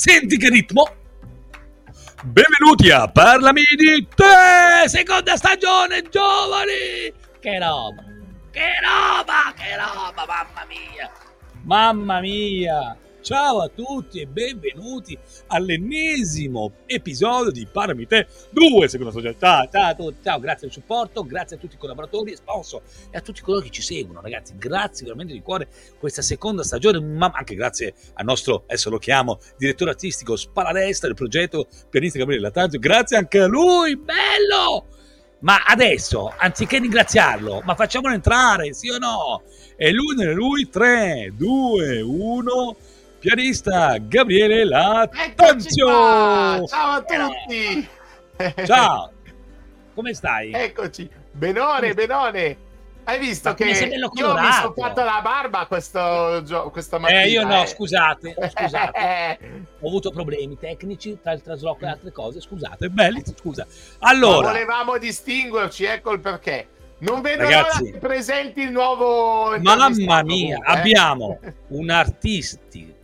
Senti che ritmo! Benvenuti a Parlami di te! Seconda stagione, giovani! Che roba! Mamma mia! Mamma mia! Ciao a tutti e benvenuti all'ennesimo episodio di Parlami di te 2, seconda stagione. Ciao a tutti, ciao, grazie del supporto, grazie a tutti i collaboratori e sponsor e a tutti coloro che ci seguono, ragazzi, grazie veramente di cuore questa seconda stagione, ma anche grazie al nostro, adesso lo chiamo, direttore artistico Spaladestra del progetto pianista Gabriele Lattanzio, grazie anche a lui, bello! Ma adesso, anziché ringraziarlo, ma facciamolo entrare, sì o no? E lui, 3, 2, 1... pianista Gabriele Lattanzio. Ciao a tutti. Ciao. Come stai? Eccoci. Benone. Hai visto ma che io mi sono fatto la barba questa mattina? Io no, scusate. Ho avuto problemi tecnici tra il trasloco e altre cose, scusate. Belli, scusa. Allora, ma volevamo distinguerci, ecco il perché. Non vedo l'ora che presenti il nuovo. Mamma mia, abbiamo un artista,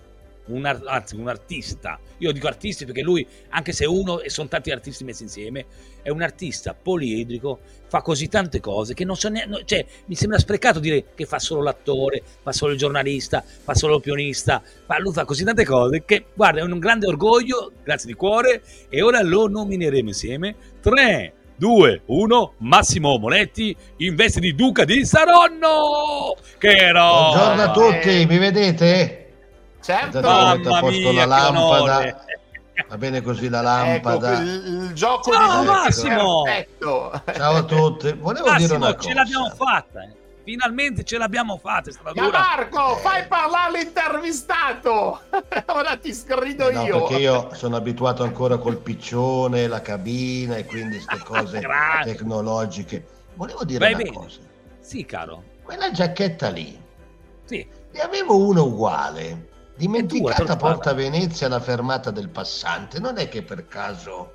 io dico artisti perché lui, anche se uno e sono tanti artisti messi insieme, è un artista poliedrico, fa così tante cose che non so neanche, cioè mi sembra sprecato dire che fa solo l'attore, fa solo il giornalista, fa solo il pianista, lui fa così tante cose che, guarda, è un grande orgoglio, grazie di cuore, e ora lo nomineremo insieme. 3, 2, 1, Massimo Monetti in veste di Duca di Saronno. Che roba! Buongiorno a tutti, mi vedete? Certo, mamma mia, la lampada. Va bene così la lampada. Ecco, il gioco ciao, di Massimo. Perfetto. Ciao a tutti. Volevo dire una cosa. Ce l'abbiamo fatta. Finalmente ce l'abbiamo fatta. Ma Marco, fai parlare l'intervistato. Ora ti sgrido io. Perché io sono abituato ancora col piccione, la cabina e quindi queste cose tecnologiche. Volevo dire una cosa. Sì, caro. Quella giacchetta lì. Sì. Ne avevo una uguale. Dimenticata a Porta Venezia alla fermata del passante, non è che per caso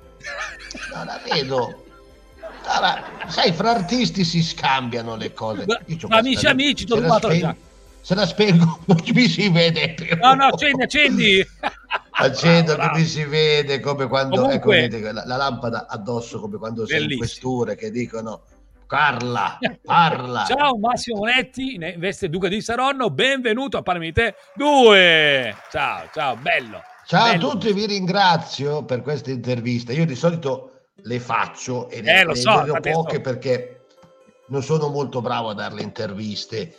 non la vedo. Allora, sai, fra artisti si scambiano le cose. Amici, ti ho rubato la giacca. Se la spengo non mi si vede più. No, accendi. Accendo che mi si vede, come quando comunque, ecco, la lampada addosso, come quando sei in questure che dicono parla. Ciao Massimo Monetti in veste Duca di Saronno, benvenuto a Parlami di te 2. Ciao, bello. Ciao a tutti, vi ringrazio per questa intervista. Io di solito le faccio e ne vedo poche perché non sono molto bravo a dare le interviste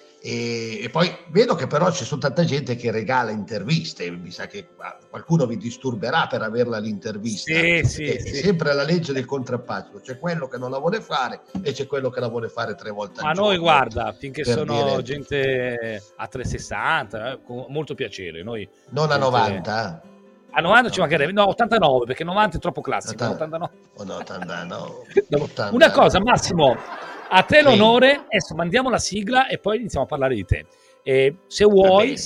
e poi vedo che però ci sono tanta gente che regala interviste, mi sa che qualcuno vi disturberà per averla l'intervista. Sì. È sempre la legge del contrappasso, c'è quello che non la vuole fare e c'è quello che la vuole fare 3 volte al giorno. Ma noi, guarda, finché sono gente a 360, con molto piacere. Noi non a 90? A 90 ci mancherebbe, no, 89, perché 90 è troppo classico. 89. No, 89. Una cosa, Massimo, a te l'onore, adesso mandiamo la sigla e poi iniziamo a parlare di te. Se vuoi,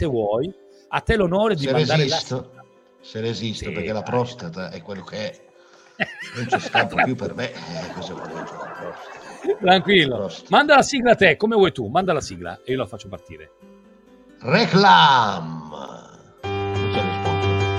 a te l'onore di mandare la sigla. Se resisto, perché la prostata è quello che è. Non ci scappa più per me. Cosa vuoi dire la prostata? Tranquillo. Manda la sigla a te, come vuoi tu. Manda la sigla e io la faccio partire. Reclam. Non c'è risposta.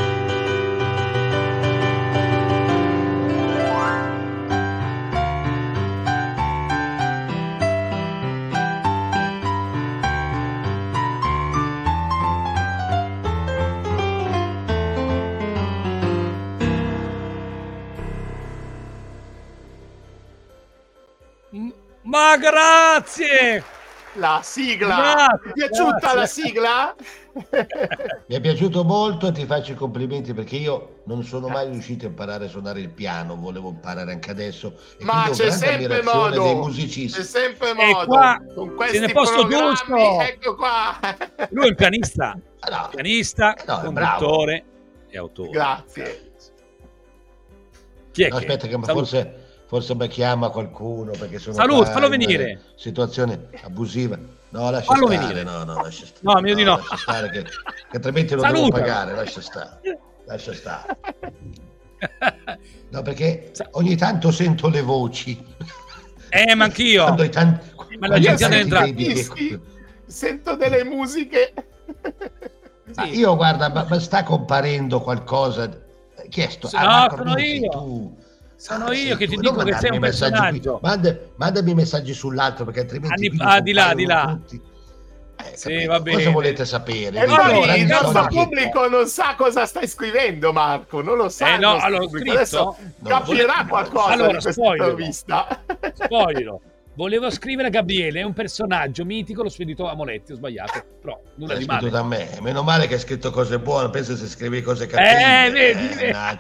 Ma grazie! La sigla! Ti è piaciuta la sigla? Mi è piaciuto molto e ti faccio i complimenti perché io non sono mai riuscito a imparare a suonare il piano, volevo imparare anche adesso. E ma c'è sempre modo, dei musicisti. C'è sempre modo. Qua, con questi nel posto giusto. Ecco qua. Lui è un pianista, conduttore e autore. Grazie. Chi è aspetta che forse mi chiama qualcuno perché sono fallo venire. Situazione abusiva. No, lascia fallo stare. venire. No, lascia stare. No, mio di no. Lascia stare che altrimenti lo devo pagare, lascia stare. No, perché ogni tanto sento le voci. Ma anch'io. Ma la gente entra. Sento delle musiche. Sì. Io guarda, ma sta comparendo qualcosa? Chiesto. Sono io. Sono io che ti dico che sei un personaggio. Mandami messaggi sull'altro, perché altrimenti di là. Tutti. Sì, va bene. Cosa volete sapere? E poi il nostro pubblico non sa cosa stai scrivendo, Marco, non lo sa. No, allora scritto, adesso capirà qualcosa di questa intervista. Spoglio. Volevo scrivere a Gabriele, è un personaggio mitico, lo spedito a Moletti, ho sbagliato, però nulla di male. Da me, meno male che hai scritto cose buone, penso se scrivi cose cattive. Vedi.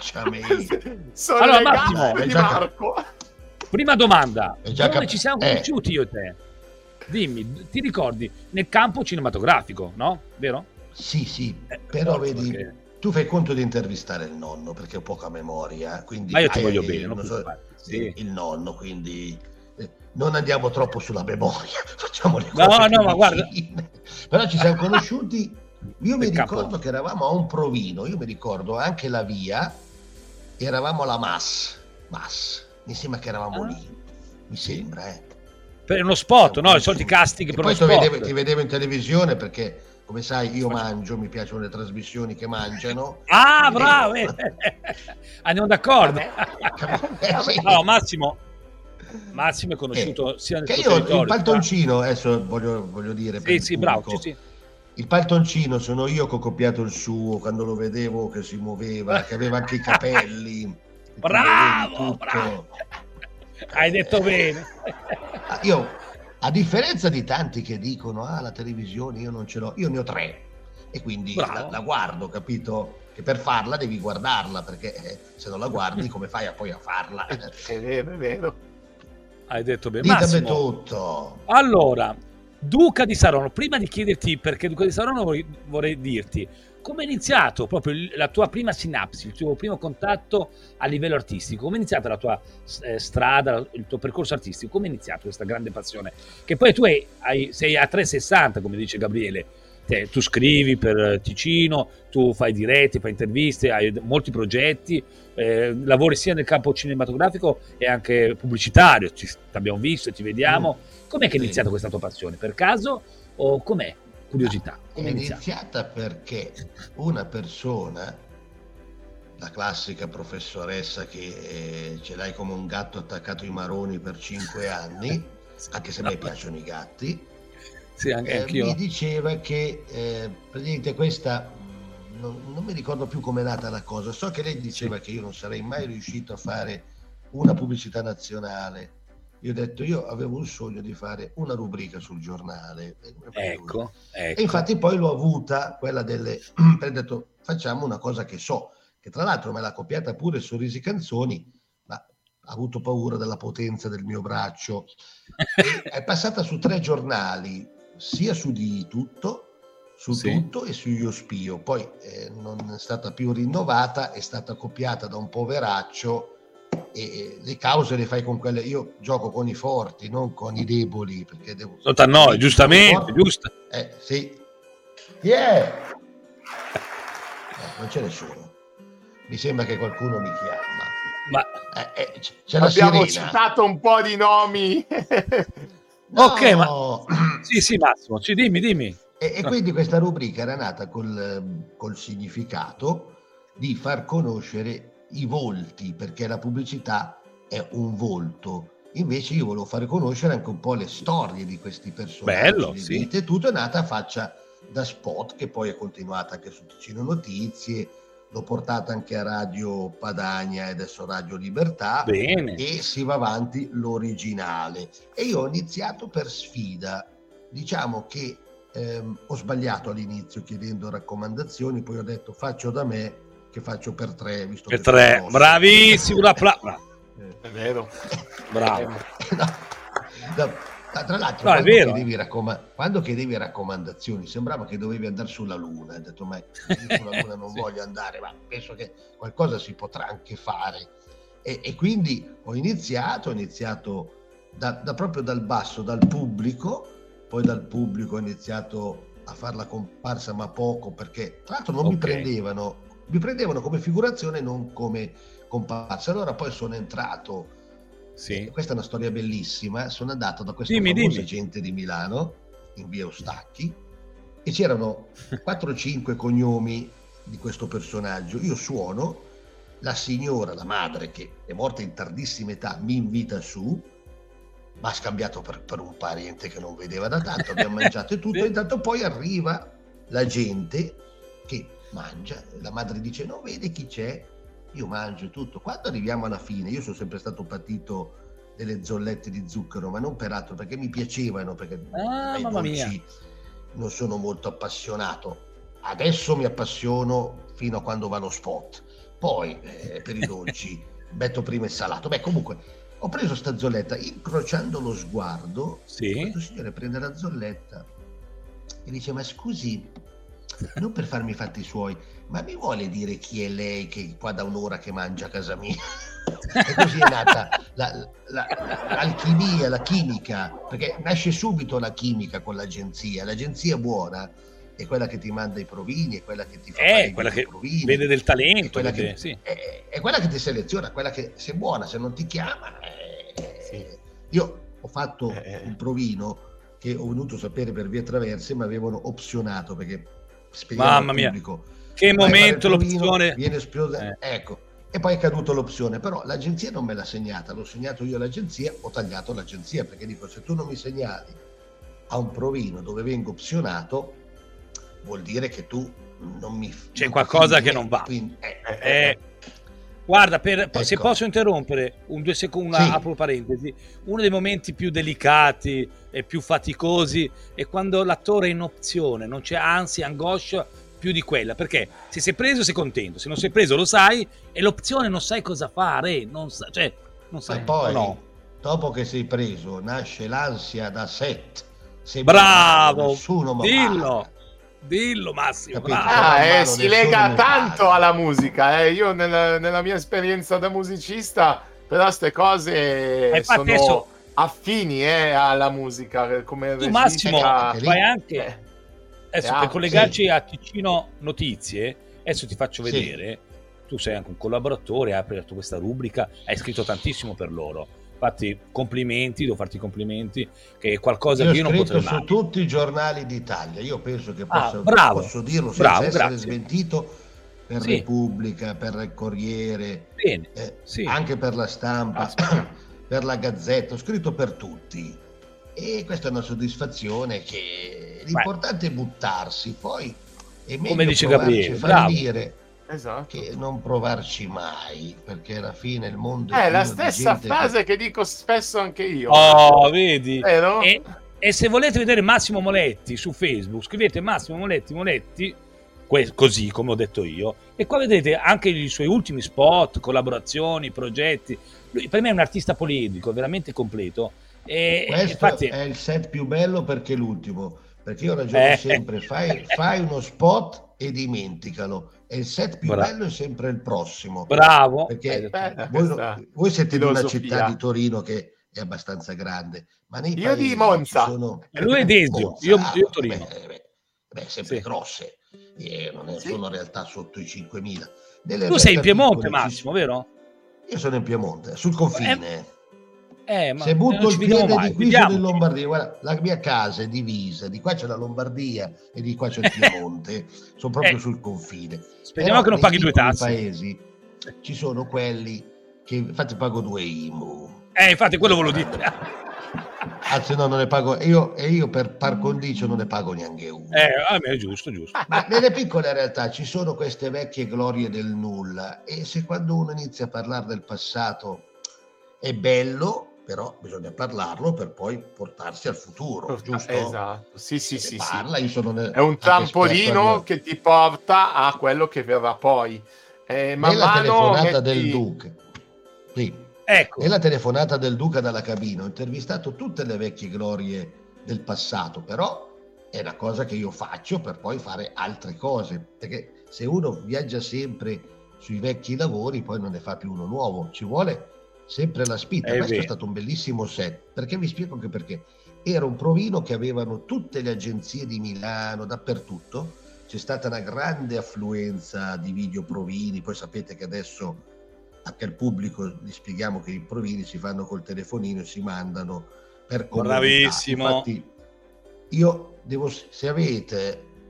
Sono allora, Massimo, di Marco. Prima domanda, come ci siamo conosciuti io e te? Dimmi, ti ricordi, nel campo cinematografico, no? Vero? Sì, però vedi, perché... tu fai conto di intervistare il nonno, perché ho poca memoria, quindi... Ma io ti voglio bene, non so, il nonno, quindi... non andiamo troppo sulla memoria, facciamo le cose ma guarda, però ci siamo conosciuti. Io mi ricordo che eravamo a un provino, io mi ricordo anche la via, eravamo alla Mass, mi sembra che eravamo lì, mi sembra per uno spot, no? I soliti casting per poi uno spot. Ti vedevo in televisione, perché come sai io mangio, mi piacciono le trasmissioni che mangiano. Bravo, andiamo d'accordo. Sì. No, Massimo è conosciuto sia nel che suo territorio. Il paltoncino, adesso voglio dire. Sì, bravo. Sì. Il paltoncino sono io che ho copiato il suo, quando lo vedevo che si muoveva, che aveva anche i capelli. Bravo. Hai detto bene. Io, a differenza di tanti che dicono la televisione io non ce l'ho, io ne ho 3 e quindi la guardo, capito? Che per farla devi guardarla, perché se non la guardi come fai poi a farla? È vero. Hai detto bene. Ditemi tutto. Allora, Duca di Saronno, prima di chiederti perché Duca di Saronno vorrei dirti come è iniziato proprio la tua prima sinapsi, il tuo primo contatto a livello artistico, come è iniziata la tua strada, il tuo percorso artistico, come è iniziato questa grande passione, che poi tu sei a 360 come dice Gabriele, tu scrivi per Ticino, tu fai diretti, fai interviste, hai molti progetti, lavori sia nel campo cinematografico e anche pubblicitario, ti abbiamo visto e ti vediamo. Com'è che è iniziata questa tua passione? Per caso o com'è? Curiosità. È iniziata perché una persona, la classica professoressa che ce l'hai come un gatto attaccato ai maroni per 5 anni, anche se a me piacciono i gatti, sì, anch'io. Mi diceva che praticamente questa, non mi ricordo più com'è nata la cosa, so che lei diceva che io non sarei mai riuscito a fare una pubblicità nazionale. Io ho detto, io avevo un sogno di fare una rubrica sul giornale. Ecco. E infatti poi l'ho avuta, quella delle... ho detto, facciamo una cosa che so, che tra l'altro me l'ha copiata pure Sorrisi Canzoni, ma ha avuto paura della potenza del mio braccio. È passata su 3 giornali, sia su Di Tutto, Tutto e su Io Spio. Poi non è stata più rinnovata, è stata copiata da un poveraccio, e le cause le fai con quelle. Io gioco con i forti, non con i deboli, perché devo giustamente, giusto. Sì. Non c'è nessuno, mi sembra che qualcuno mi chiama, ma c'è la abbiamo sirena. citato un po' di nomi. No. Ok, ma sì Massimo, dimmi. E quindi questa rubrica era nata col significato di far conoscere i volti, perché la pubblicità è un volto. Invece io volevo fare conoscere anche un po' le storie di questi personaggi. Bello, sì. E tutto è nata a faccia da spot, che poi è continuata anche su Ticino Notizie, l'ho portata anche a Radio Padania e adesso Radio Libertà. Bene. E si va avanti l'originale. E io ho iniziato per sfida, diciamo che ho sbagliato all'inizio chiedendo raccomandazioni, poi ho detto faccio da me che faccio per 3, visto per 3, bravissimo, è vero, bravo. No, tra l'altro quando chiedevi raccomandazioni sembrava che dovevi andare sulla Luna. Ho detto, ma io sulla Luna non voglio andare, ma penso che qualcosa si potrà anche fare, e quindi ho iniziato proprio dal basso, dal pubblico. Poi dal pubblico ho iniziato a fare la comparsa, ma poco, perché tra l'altro non mi prendevano come figurazione, non come comparsa. Allora poi sono entrato, questa è una storia bellissima, sono andato da questa famosa gente di Milano in via Ostacchi e c'erano 4-5 cognomi di questo personaggio. Io suono, la signora, la madre, che è morta in tardissima età, mi invita su, m'ha scambiato per un pariente che non vedeva da tanto, abbiamo mangiato e tutto, e intanto poi arriva la gente che mangia, la madre dice no, vede chi c'è, io mangio e tutto. Quando arriviamo alla fine, io sono sempre stato patito delle zollette di zucchero, ma non per altro, perché mi piacevano, perché ai dolci non sono molto appassionato. Adesso mi appassiono fino a quando va lo spot, poi per i dolci metto prima il salato. Beh, comunque ho preso sta zolletta, incrociando lo sguardo, questo signore prende la zolletta e dice ma scusi, non per farmi i fatti suoi, ma mi vuole dire chi è lei che qua da un'ora che mangia a casa mia? E così è nata l'alchimia, la chimica, perché nasce subito la chimica con l'agenzia buona è quella che ti manda i provini, è quella che ti fa fare quella che provini, vede del talento, è quella che ti seleziona, quella che se è buona, se non ti chiama. Io ho fatto un provino che ho venuto a sapere per vie traverse, ma avevano opzionato, perché mamma mia, che momento l'opzione viene esplosa, ecco, e poi è caduta l'opzione, però l'agenzia non me l'ha segnata, l'ho segnato io all'agenzia, ho tagliato l'agenzia, perché dico, se tu non mi segnali a un provino dove vengo opzionato, vuol dire che tu non mi c'è qualcosa che non va. Quindi, guarda, se posso interrompere un 2 secondi, apro parentesi, uno dei momenti più delicati e più faticosi è quando l'attore è in opzione, non c'è ansia, angoscia più di quella, perché se sei preso sei contento, se non sei preso lo sai, e l'opzione non sai cosa fare, non sai. Ma poi dopo che sei preso nasce l'ansia da set. Bravo, nessuno dillo Massimo, si lega tanto alla musica, io nella mia esperienza da musicista, però queste cose sono affini alla musica, come tu Massimo fai anche adesso per collegarci a Ticino Notizie, adesso ti faccio vedere, tu sei anche un collaboratore, hai aperto questa rubrica, hai scritto tantissimo per loro. Infatti complimenti, devo farti complimenti, che è qualcosa che io non potrei mai. Su tutti i giornali d'Italia, io penso che posso dirlo senza essere smentito, per Repubblica, per il Corriere, anche per la Stampa, per la Gazzetta, ho scritto per tutti, e questa è una soddisfazione, che l'importante è buttarsi, poi è meglio, come dice Gabriele, fallire. Esatto. Che non provarci mai, perché alla fine il mondo è la stessa frase che dico spesso anche io. Vedi? E se volete vedere Massimo Moletti su Facebook, scrivete Massimo Moletti, così come ho detto io, e qua vedete anche i suoi ultimi spot, collaborazioni, progetti. Lui per me è un artista poliedrico, veramente completo. Questo infatti è il set più bello, perché l'ultimo, perché io ragiono sempre, fai uno spot e dimenticalo, e il set più bello è sempre il prossimo. Bravo, perché voi siete di una città di Torino che è abbastanza grande, ma nei paesi di Monza sono... lui è Desio, io Torino, sempre grosse, non sono realtà sotto i 5.000. Tu sei in Piemonte, Massimo, vero? Io sono in Piemonte, sul confine. Ma se butto il piede di qui sono in Lombardia, guarda, la mia casa è divisa, di qua c'è la Lombardia e di qua c'è il Piemonte, sono proprio sul confine. Speriamo che non paghi 2 tasse. Nei paesi ci sono quelli che infatti pago 2 IMU. Infatti quello ve lo dite. Anzi no, non ne pago, io per par condicio non ne pago neanche uno. È giusto. Ma nelle piccole realtà ci sono queste vecchie glorie del nulla, e se quando uno inizia a parlare del passato è bello, però bisogna parlarlo per poi portarsi al futuro, giusto? Esatto, sì. Parla, è un trampolino che ti porta a quello che verrà poi. Nella telefonata del Duca, nella telefonata del Duca dalla cabina ho intervistato tutte le vecchie glorie del passato, però è una cosa che io faccio per poi fare altre cose, perché se uno viaggia sempre sui vecchi lavori poi non ne fa più uno nuovo, ci vuole sempre la spinta. Questo è stato un bellissimo set, perché vi spiego anche perché. Era un provino che avevano tutte le agenzie di Milano, dappertutto, c'è stata una grande affluenza di video provini, poi sapete che adesso anche al pubblico gli spieghiamo che i provini si fanno col telefonino e si mandano per comodità. Bravissimo. Infatti io se avete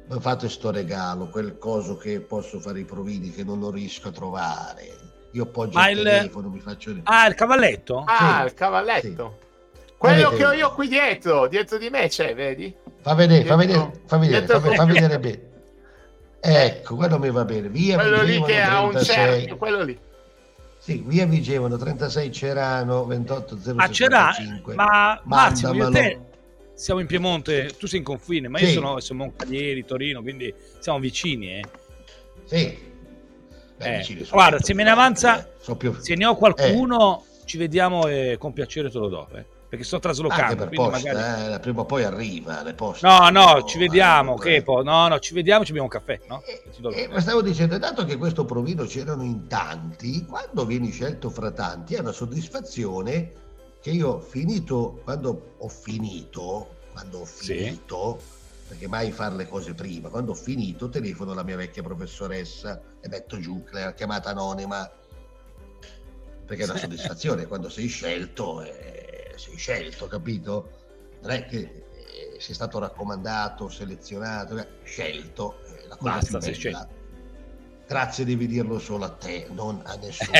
fate sto regalo, quel coso che posso fare i provini che non riesco a trovare. Io appoggio il telefono, mi faccio... il cavalletto? Sì, il cavalletto. Sì. Quello che ho io qui dietro di me c'è, vedi? Fa vedere bene. Ecco, quello mi va bene. Via quello Vigevano, lì che 36. ha un cerchio, quello lì. Sì, via Vigevano 36 Cerano 28075. Ma Massimo, io e te siamo in Piemonte, tu sei in confine, ma io sono Moncalieri, Torino, quindi siamo vicini, Sì. Guarda, se me ne avanza, se ne ho qualcuno, ci vediamo e con piacere te lo do, perché sto traslocando. Anche per posta, magari... prima o poi arriva le poste. No, ci vediamo, ci vediamo, ci beviamo un caffè, no? Ma stavo dicendo, dato che questo provino c'erano in tanti, quando vieni scelto fra tanti è una soddisfazione che io quando ho finito, perché mai fare le cose prima, quando ho finito telefono alla mia vecchia professoressa e metto giù la chiamata anonima, perché è una soddisfazione quando sei scelto, capito? Non è che sei stato raccomandato, selezionato, scelto, la cosa basta, più bella. sei scelto. Grazie, devi dirlo solo a te, non a nessuno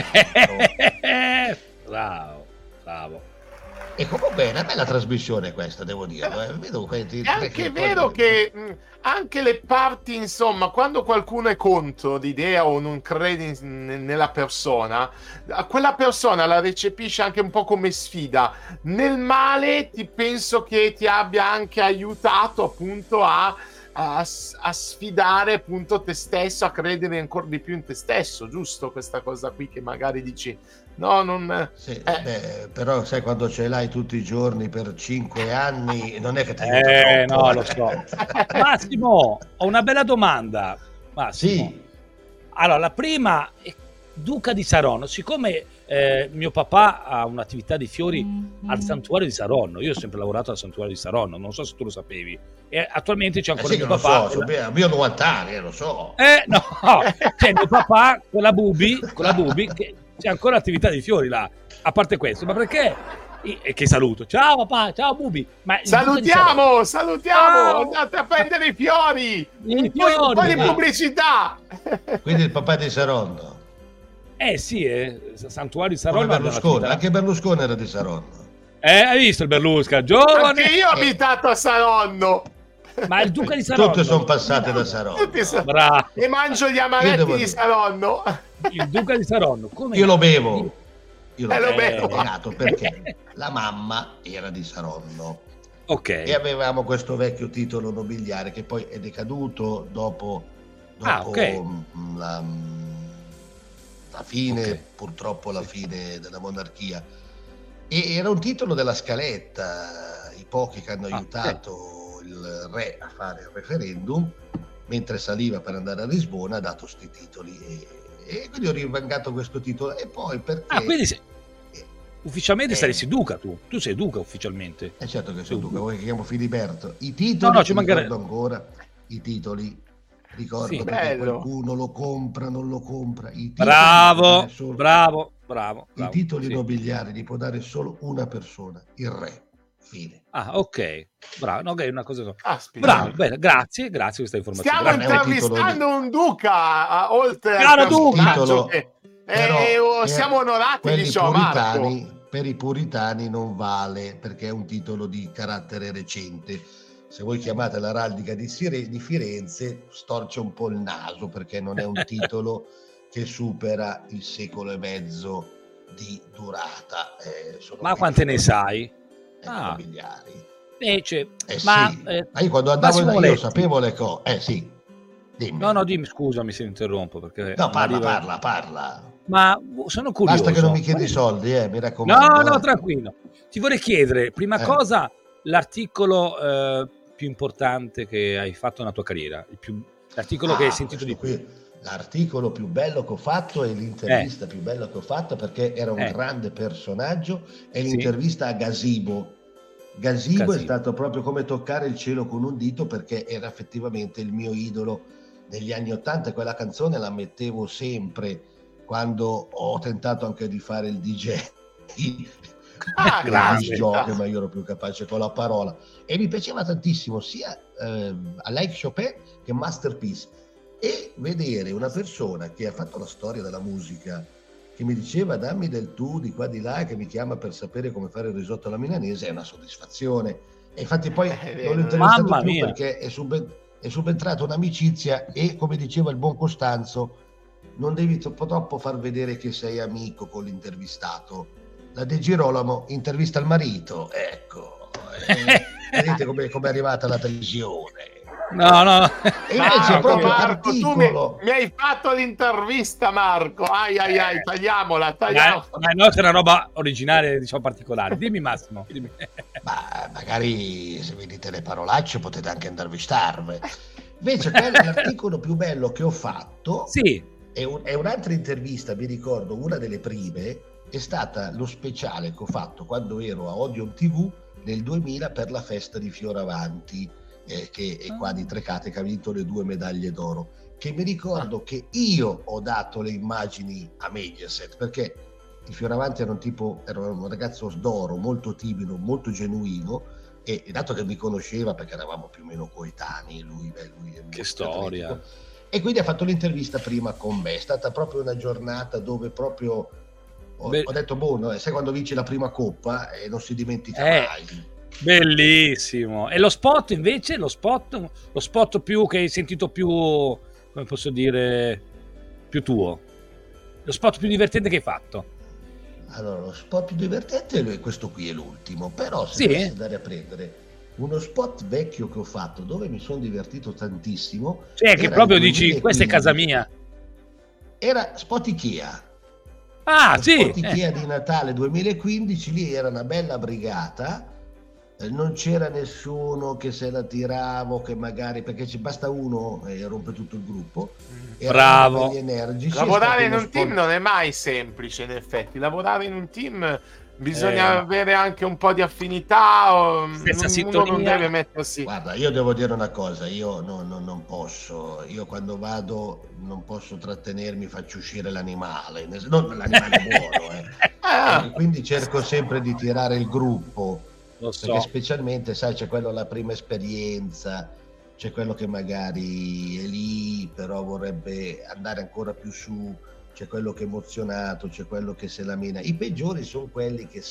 altro. Bravo. E comunque è una bella trasmissione questa, devo dirlo. È anche vero che anche le parti, insomma, quando qualcuno è contro l'idea o non crede nella persona, quella persona la recepisce anche un po' come sfida. Nel male penso che ti abbia anche aiutato appunto a sfidare appunto te stesso, a credere ancora di più in te stesso, giusto? Questa cosa qui che magari dici no, non... Sì, però sai, quando ce l'hai tutti i giorni per 5 anni non è che ti aiuta troppo. No, lo so. Massimo, ho una bella domanda. Massimo. Sì. Allora, la prima è Duca di Saronno. Siccome mio papà ha un'attività di fiori al Santuario di Saronno, io ho sempre lavorato al Santuario di Saronno, non so se tu lo sapevi, e attualmente c'è ancora mio papà. So, mio 90 anni, lo so. No, c'è mio papà con la Bubi che c'è ancora attività di fiori là, a parte questo, ma perché? E che saluto, ciao papà, ciao Bubi. Ma salutiamo, andate a prendere i fiori, un po' di pubblicità. Quindi il papà di Saronno. Sì, Santuario di Saronno. Berlusconi, anche Berlusconi era di Saronno. Hai visto il Berlusca, giovane? Anche io ho abitato a Saronno. Ma il Duca di Saronno. Tutte sono passate da Saronno. Bravo. E mangio gli amaretti di Saronno. Il Duca di Saronno. Come io lo bevo. Io lo bevo. Perché la mamma era di Saronno. Ok. E avevamo questo vecchio titolo nobiliare che poi è decaduto dopo la fine, purtroppo la fine della monarchia, e era un titolo della scaletta. I pochi che hanno aiutato il re a fare il referendum mentre saliva per andare a Lisbona ha dato sti titoli e quindi ho rivengato questo titolo. E poi perché quindi ufficialmente saresti Duca, tu sei Duca ufficialmente. Certo che sono Duca, voi che chiamo Filiberto. I titoli ci ricordo ancora, i titoli ricordo perché qualcuno lo compra, non lo compra. Bravo. I titoli nobiliari li può dare solo una persona, il re. Fine. Ok, bravo, è una cosa. Bravo, bene, grazie questa informazione. Stiamo intervistando un Duca, oltre al titolo che siamo onorati, diciamo, Marco. Per i puritani non vale perché è un titolo di carattere recente. Se voi chiamate l'Araldica di Firenze, storce un po' il naso perché non è un titolo che supera il secolo e mezzo di durata. Ma quante ne sai? Nobiliari. Ma io quando andavo io sapevo le cose. Sì. Dimmi. No, dimmi, scusami se interrompo perché parla. Ma sono curioso. Basta che non mi chiedi soldi, mi raccomando. No, tranquillo. Ti vorrei chiedere, prima cosa, l'articolo più importante che hai fatto nella tua carriera, l'articolo che hai sentito di più. L'articolo più bello che ho fatto e l'intervista più bella che ho fatto perché era un grande personaggio, è l'intervista a Gazebo. Gazebo è stato proprio come toccare il cielo con un dito perché era effettivamente il mio idolo negli anni '80. Quella canzone la mettevo sempre quando ho tentato anche di fare il DJ Giochi, ma io ero più capace con la parola. E mi piaceva tantissimo sia a Like Chopin che Masterpiece. E vedere una persona che ha fatto la storia della musica, che mi diceva dammi del tu di qua di là, che mi chiama per sapere come fare il risotto alla milanese, è una soddisfazione. E infatti poi non l'ho intervistato più perché è subentrata un'amicizia e, come diceva il buon Costanzo, non devi troppo far vedere che sei amico con l'intervistato. La De Girolamo intervista il marito, ecco, vedete come è arrivata la televisione. No. E invece Marco, tu mi hai fatto l'intervista, Marco. Ai, tagliamola. No, c'è una roba originale, diciamo particolare. Dimmi Massimo. Ma magari se vedete le parolacce potete anche intervistarvi. Invece quello è l'articolo più bello che ho fatto. Sì. È un'altra intervista, mi ricordo, una delle prime, è stata lo speciale che ho fatto quando ero a Odeon TV nel 2000 per la festa di Fioravanti. Che è qua di Trecate, che ha vinto le 2 medaglie d'oro, che mi ricordo che io ho dato le immagini a Mediaset, perché il Fioravanti era un ragazzo d'oro, molto timido, molto genuino, e dato che mi conosceva perché eravamo più o meno coetanei, lui è che storia atletico, e quindi ha fatto l'intervista prima con me. È stata proprio una giornata dove proprio ho detto sai quando vinci la prima coppa e non si dimentica mai. Bellissimo. E lo spot invece? Lo spot più che hai sentito più, come posso dire, più tuo? Lo spot più divertente che hai fatto? Allora, lo spot più divertente, questo qui è l'ultimo, però se dovessi andare a prendere uno spot vecchio che ho fatto dove mi sono divertito tantissimo, cioè che proprio dici questa è casa mia, era spot Ikea. Spot Ikea di Natale 2015, lì era una bella brigata. Non c'era nessuno che se la tirava, che magari, perché ci basta uno e rompe tutto il gruppo. Bravo. Energici. Lavorare in un team non è mai semplice, in effetti. Lavorare in un team bisogna avere anche un po' di affinità. Uno non deve mettersi. Guarda, io devo dire una cosa, io non posso. Io quando vado non posso trattenermi, faccio uscire l'animale. Non l'animale buono, quindi cerco sempre di tirare il gruppo. Lo so. Perché specialmente, sai, c'è quello la prima esperienza, c'è quello che magari è lì, però vorrebbe andare ancora più su, c'è quello che è emozionato, c'è quello che se la mena. I peggiori sono quelli che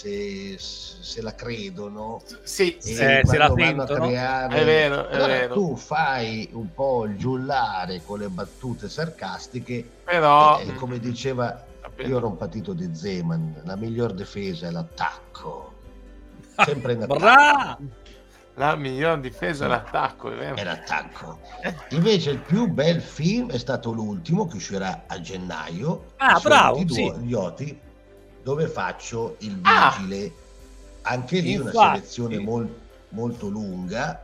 se la credono, se la vanno a creare. È vero. Tu fai un po' il giullare con le battute sarcastiche, però come diceva, io ero un patito di Zeman, la miglior difesa è l'attacco. Sempre in attacco. La miglior difesa è l'attacco, è vero? È l'attacco. Invece il più bel film è stato l'ultimo, che uscirà a gennaio. Bravo, Idioti, dove faccio il vigile. Anche lì una selezione molto lunga.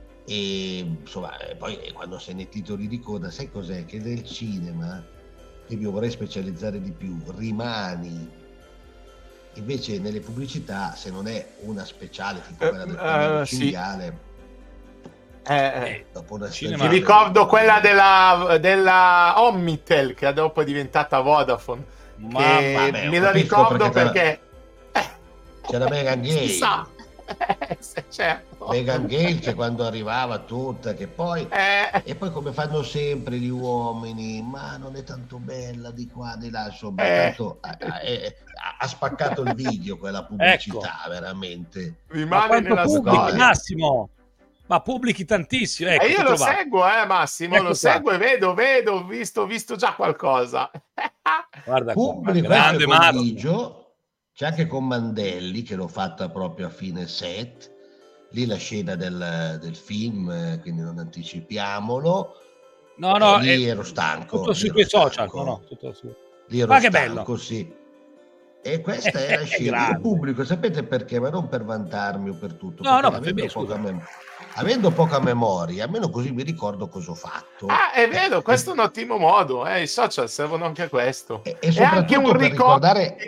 E insomma, poi quando sei nei titoli di coda, sai cos'è? Che del cinema, che mi vorrei specializzare di più, rimani. Invece nelle pubblicità, se non è una speciale tipo quella del cinghiale, dopo una mi ricordo quella della Omnitel, che dopo è diventata Vodafone. Me la ricordo perché c'era Megan Gale. Certo. Megan Gale, che quando arrivava tutta, che poi e poi come fanno sempre gli uomini, ma non è tanto bella di qua di là, insomma, tanto, ha spaccato il video quella pubblicità, veramente. Rimane nella storia. Massimo, ma pubblichi tantissimo. E io lo seguo, Massimo, lo seguo e vedo, ho visto già qualcosa. Guarda, pubblico grande pomeriggio. C'è anche con Mandelli, che l'ho fatta proprio a fine set, lì la scena del film, quindi non anticipiamolo. Lì ero stanco. Tutto sui tuoi social, tutto su. Lì ero stanco, sì. E questa è la scena. Io pubblico, sapete perché? Ma non per vantarmi o per tutto. Avendo poca memoria, almeno così mi ricordo cosa ho fatto. È vero, questo è un ottimo modo. I social servono anche a questo. E anche un ricordo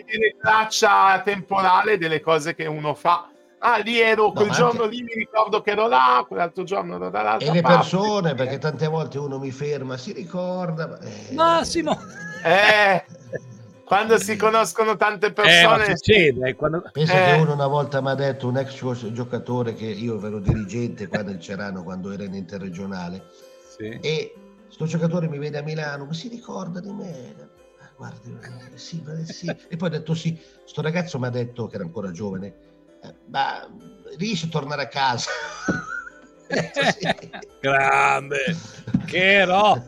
parte. E le persone, perché tante volte uno mi ferma, si ricorda. Massimo! quando si conoscono tante persone succede, pensa che uno una volta mi ha detto, un ex giocatore, che io ero dirigente qua nel Cerano quando era in interregionale, sì. E sto giocatore mi vede a Milano, ma si ricorda di me, guardi, sì. E poi ha detto sì, sto ragazzo mi ha detto, che era ancora giovane, ma riesci a tornare a casa? Sì. Grande, che no.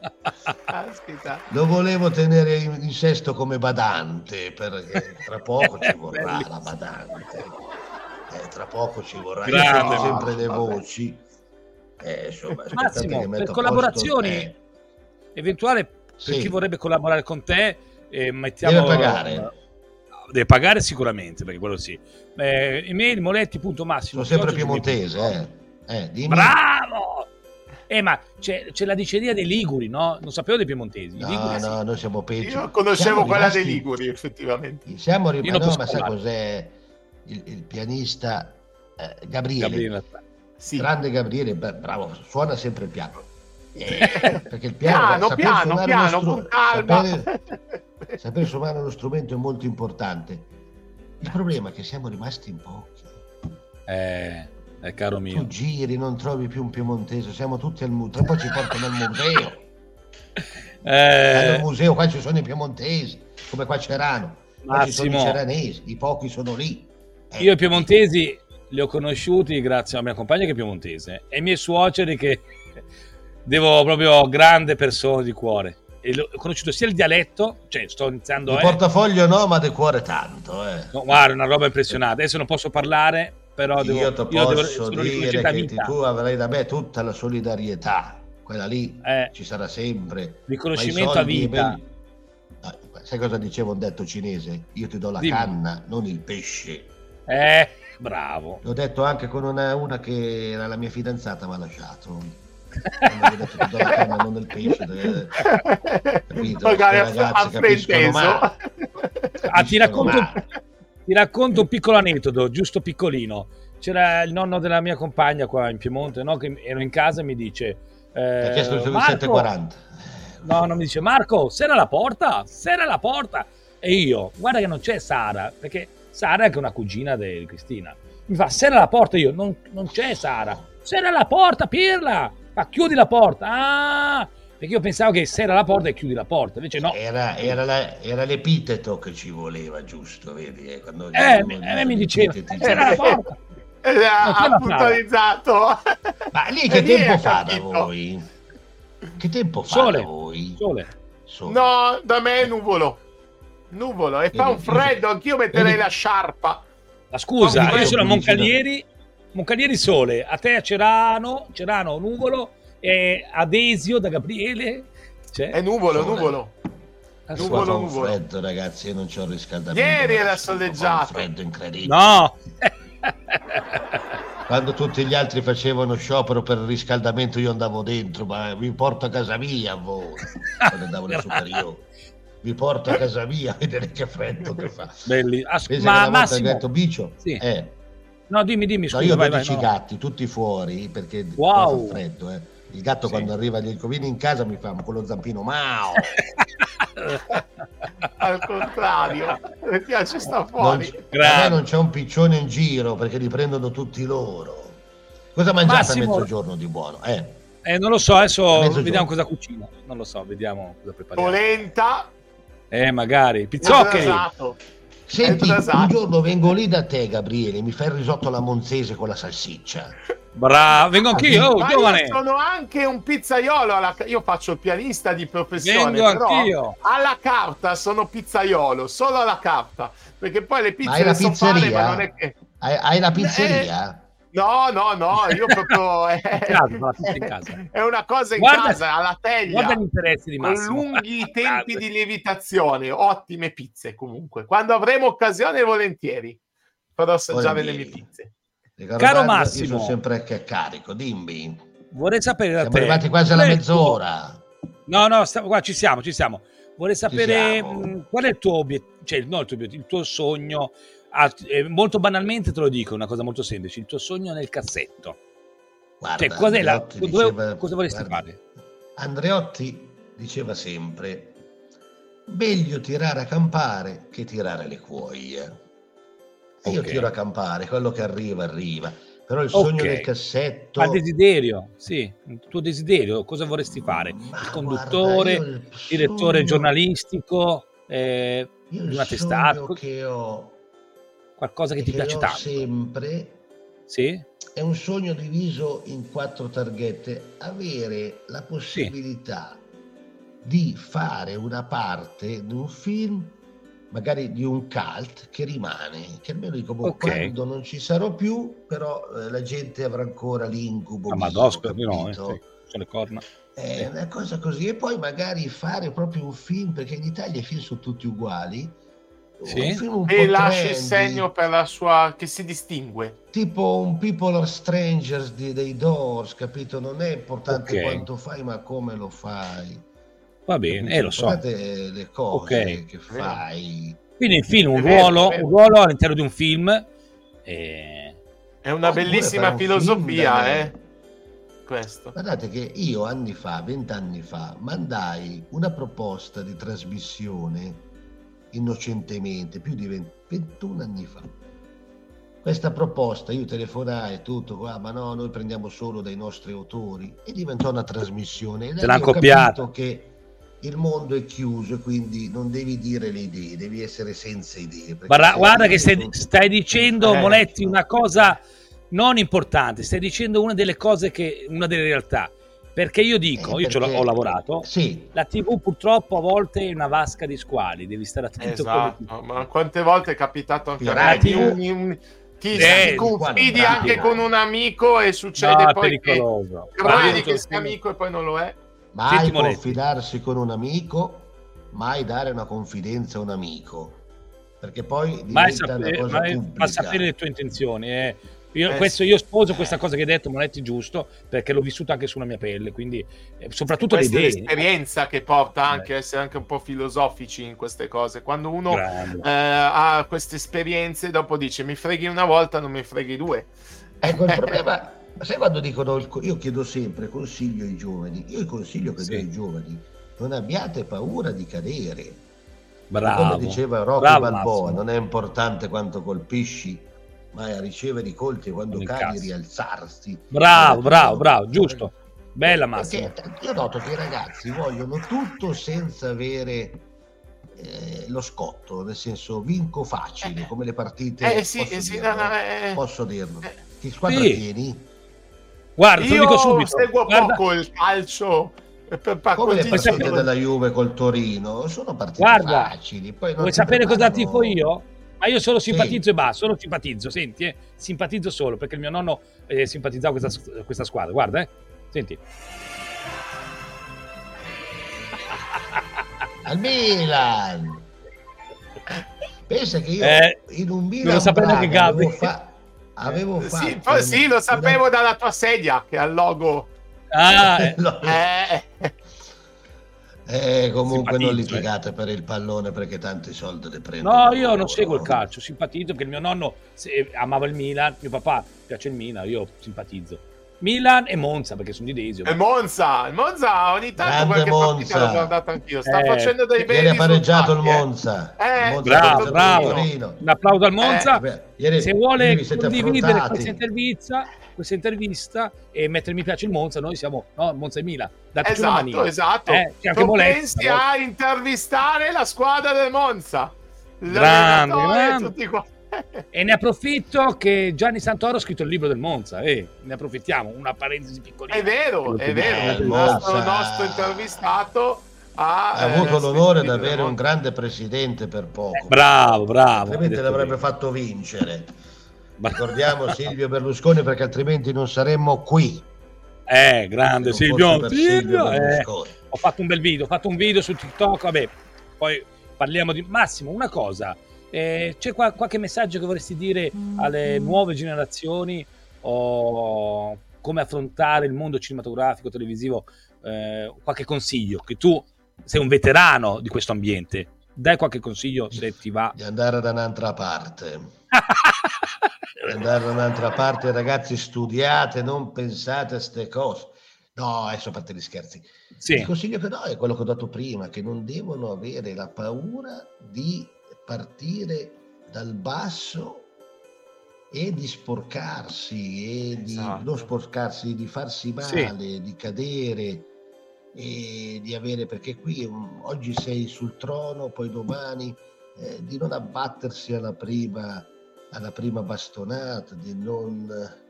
Lo volevo tenere in sesto come badante, perché tra poco ci vorrà la badante, tra poco ci vorrà. Io sento sempre le voci, insomma, Massimo, per collaborazioni eventuali, per chi vorrebbe collaborare con te, mettiamo, deve pagare. Deve pagare sicuramente, perché quello sì. Email moletti.massimo. Sono sempre piemontese, dimmi. Bravo! Ma c'è la diceria dei Liguri, no? Non sapevo dei piemontesi. No, noi siamo peggio. Io conoscevo quella dei Liguri, effettivamente. Siamo rimasti, ma sai cos'è il pianista Gabriele? Sì. Grande Gabriele, bravo, suona sempre il piano. Perché il piano, piano, con calma. Saper suonare uno strumento è molto importante. Il problema è che siamo rimasti in pochi. Caro mio. Tu giri, non trovi più un piemontese, siamo tutti al museo, poi ci portano al museo. Al museo qua ci sono i piemontesi, come qua c'erano. Qua ci sono i ceranesi, i pochi sono lì. Io i piemontesi li ho conosciuti grazie alla mia compagna che è piemontese e i miei suoceri che devo proprio grande persona di cuore. E ho conosciuto sia il dialetto, cioè sto iniziando il portafoglio no, ma del cuore tanto. No, guarda, una roba impressionante. Adesso non posso parlare, però io posso dire che tu avrai da me tutta la solidarietà, quella lì ci sarà sempre. Riconoscimento a vita. Sai cosa diceva un detto cinese? Io ti do la canna, non il pesce. Bravo. L'ho detto anche con una che era la mia fidanzata, ma ha lasciato. Ho detto ti do la canna, non il pesce. Capito? Magari ragazzi capiscono male. Ti racconto un piccolo aneddoto, giusto piccolino. C'era il nonno della mia compagna qua in Piemonte, no? Che ero in casa e mi dice ha chiesto il 740. No, non mi dice Marco, serra la porta. E io, guarda che non c'è Sara, perché Sara è anche una cugina di Cristina. Mi fa, serra la porta, io, non c'è Sara. Serra la porta, Pirla. Ma chiudi la porta. Perché io pensavo che serra la porta e chiudi la porta, invece no. Era l'epiteto che ci voleva, giusto, vedi? Quando mi diceva, serra la porta. Ha puntualizzato. Ma lì che tempo fa da voi? Che tempo fa da voi? Sole. No, da me è nuvolo e fa un freddo, anch'io metterei la sciarpa. Ma scusa, io sono a Moncalieri sole, a te a Cerano nuvolo, e ad Esio da Gabriele è nuvolo. Nuvolo. Freddo, ragazzi, io non c'ho riscaldamento. Ieri era soleggiato. Freddo incredibile. No. Quando tutti gli altri facevano sciopero per il riscaldamento io andavo dentro, ma vi porto a casa mia a voi. Quando andavo alle superiori. Vi porto a casa mia a vedere che freddo che fa. Belli. Ma Massimo, detto Bicio, sì. No, dimmi, scusa. No, io ho 12 gatti, tutti fuori, perché fa freddo, Il gatto quando arriva gli vieni in casa mi fa con lo zampino mao. Al contrario, mi piace sta fuori. A me non c'è un piccione in giro perché li prendono tutti loro. Cosa mangiate a mezzogiorno di buono? Non lo so, adesso vediamo cosa cucina. Non lo so, vediamo cosa prepariamo. Polenta. Magari pizzoccheri. Senti, un giorno vengo lì da te, Gabriele, mi fai il risotto alla monzese con la salsiccia. Bravo, vengo anch'io, giovane. Io sono anche un pizzaiolo, io faccio il pianista di professione, vengo anch'io. Alla carta sono pizzaiolo, solo alla carta, perché poi le pizze le so fare, ma non è che... Hai la pizzeria? No, io proprio è una cosa in casa, alla teglia. Guarda gli interessi di Massimo. Con lunghi tempi di lievitazione, ottime pizze comunque. Quando avremo occasione, volentieri farò assaggiare le mie pizze. Caro Massimo, io sono sempre che carico, dimmi. Vorrei sapere da te. Siamo arrivati quasi alla mezz'ora. No, qua ci siamo. Vorrei sapere qual è il tuo obiettivo, cioè il tuo sogno. Molto banalmente te lo dico, una cosa molto semplice, il tuo sogno nel cassetto. Guarda, cioè, cosa vorresti fare? Andreotti diceva sempre meglio tirare a campare che tirare le cuoie. E io tiro a campare, quello che arriva, però il sogno del cassetto... Ma desiderio, sì, il tuo desiderio, cosa vorresti fare? Il conduttore, guarda, direttore giornalistico, di una testata? Che ho... Qualcosa che ti piace tanto? Sempre... Sì? È un sogno diviso in 4 targhette, avere la possibilità di fare una parte di un film, magari di un cult, che rimane, che almeno dico, quando non ci sarò più, però la gente avrà ancora l'incubo. Ma spero di no, sono le corna. È una cosa così, e poi magari fare proprio un film, perché in Italia i film sono tutti uguali. E lascia il segno per la sua, che si distingue, tipo un People Are Strangers dei Doors, capito? Non è importante quanto fai, ma come lo fai. Va bene, lo so. Le cose che fai. Quindi il film, un ruolo all'interno di un film. È una bellissima filosofia, questo. Guardate che io 20 anni fa mandai una proposta di trasmissione innocentemente, più di 21 anni fa. Questa proposta, io telefonai tutto, ma no, noi prendiamo solo dai nostri autori, e diventò una trasmissione. Se l'hanno copiato. Che il mondo è chiuso e quindi non devi dire le idee, devi essere senza idee. Guarda che stai dicendo, Moletti, una cosa non importante, stai dicendo una delle realtà. Perché io dico, ho lavorato, la TV purtroppo a volte è una vasca di squali, devi stare attento. Esatto, ma quante volte è capitato anche a me ti confidi anche con un amico e succede poi che credi che sia amico e poi non lo è. Mai confidarsi con un amico, mai dare una confidenza a un amico, perché poi diventa una cosa pubblica. Fa sapere le tue intenzioni, Io sposo questa cosa che hai detto, Moletti, giusto, perché l'ho vissuto anche sulla mia pelle, quindi soprattutto questa è l'esperienza che porta anche a essere anche un po' filosofici in queste cose. Quando uno ha queste esperienze, dopo dice mi freghi una volta, non mi freghi due. Ecco il problema. Sai quando dicono, io chiedo sempre consiglio ai giovani, io il consiglio che do ai giovani: non abbiate paura di cadere. Come diceva Rocky Balboa, non è importante quanto colpisci, ma a ricevere i colpi quando cadi rialzarsi. Bravo, giusto. Bella Massimo. Io noto che i ragazzi vogliono tutto senza avere lo scotto, nel senso vinco facile, come le partite. Posso dirlo. Che squadra tieni? Guarda, te lo dico subito. Seguo poco il calcio. Come le partite della Juve col Torino sono partite facili. Poi vuoi sapere cosa tifo io? Ma io solo simpatizzo e basta, solo simpatizzo, senti, simpatizzo solo, perché il mio nonno simpatizzava questa squadra, guarda, senti. Al Milan! Pensa che io in un Milan non lo sapevo che Gabri avevo fatto... Sì, lo sapevo dalla tua sedia, che ha il logo... Comunque non litigate per il pallone, perché tanti soldi le prendo. No, io non seguo il calcio, simpatizzo perché il mio nonno amava il Milan, mio papà piace il Milan, io simpatizzo. Milan e Monza, perché sono di Desio. E Monza ogni tanto qualche partita l'ho guardato anch'io, sta facendo dei bei risultati. Ieri ha pareggiato il Monza. Bravo. Un applauso al Monza. Se vuole condividere questa intervista e mettere mi piace il Monza, noi siamo Monza e Milan. Esatto. Tu pensi a intervistare la squadra del Monza? Grande. Tutti qua. E ne approfitto che Gianni Santoro ha scritto il libro del Monza, ne approfittiamo, una parentesi piccolina. È vero, il nostro intervistato ha avuto l'onore di avere un grande presidente per poco. Bravo. Altrimenti l'avrebbe fatto vincere. Ricordiamo Silvio Berlusconi, perché altrimenti non saremmo qui. Grande Silvio Berlusconi. Ho fatto un bel video, su TikTok, vabbè, poi parliamo di Massimo, una cosa. C'è qualche messaggio che vorresti dire alle nuove generazioni, o come affrontare il mondo cinematografico, televisivo, qualche consiglio, che tu sei un veterano di questo ambiente, dai qualche consiglio se ti va. Di andare da un'altra parte. Ragazzi, studiate, non pensate a ste cose. No, adesso a parte gli scherzi. Sì. Il consiglio che do è quello che ho dato prima, che non devono avere la paura di partire dal basso e di sporcarsi e di non sporcarsi, di farsi male, di cadere e di avere, perché qui oggi sei sul trono, poi domani di non abbattersi alla prima bastonata, di non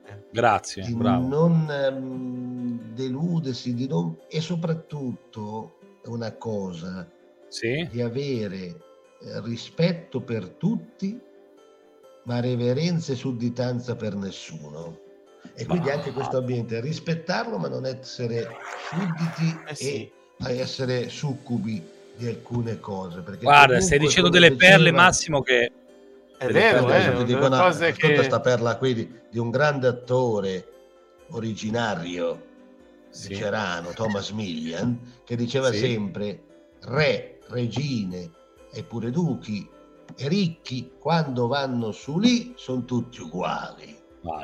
non deludersi, e soprattutto una cosa, di avere rispetto per tutti, ma reverenza e sudditanza per nessuno. E quindi anche questo ambiente, rispettarlo, ma non essere sudditi e essere succubi di alcune cose. Perché guarda, stai dicendo delle perle, Massimo, che è vero, ti dico ascolta sta perla qui di un grande attore originario di Cerano, Thomas Millian, che diceva sempre: re, regine e pure duchi e ricchi, quando vanno su lì sono tutti uguali.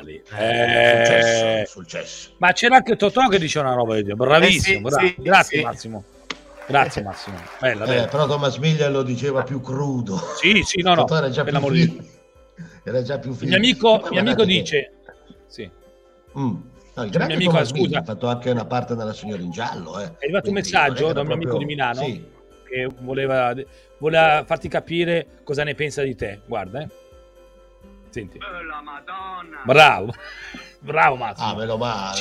Successo. Ma c'era anche Totò che dice una roba di Dio. Bravissimo, grazie Massimo. Grazie Massimo. Bella. Però Thomas Millian lo diceva più crudo. Sì, no. Totò era già più fine. Era già più fine. Il mio amico dice No, il grande mio amico, scusa, ha fatto anche una parte nella Signora in Giallo. È arrivato un messaggio da un mio amico di Milano che voleva farti capire cosa ne pensa di te. Guarda, senti. La Madonna. Bravo Massimo. Meno male.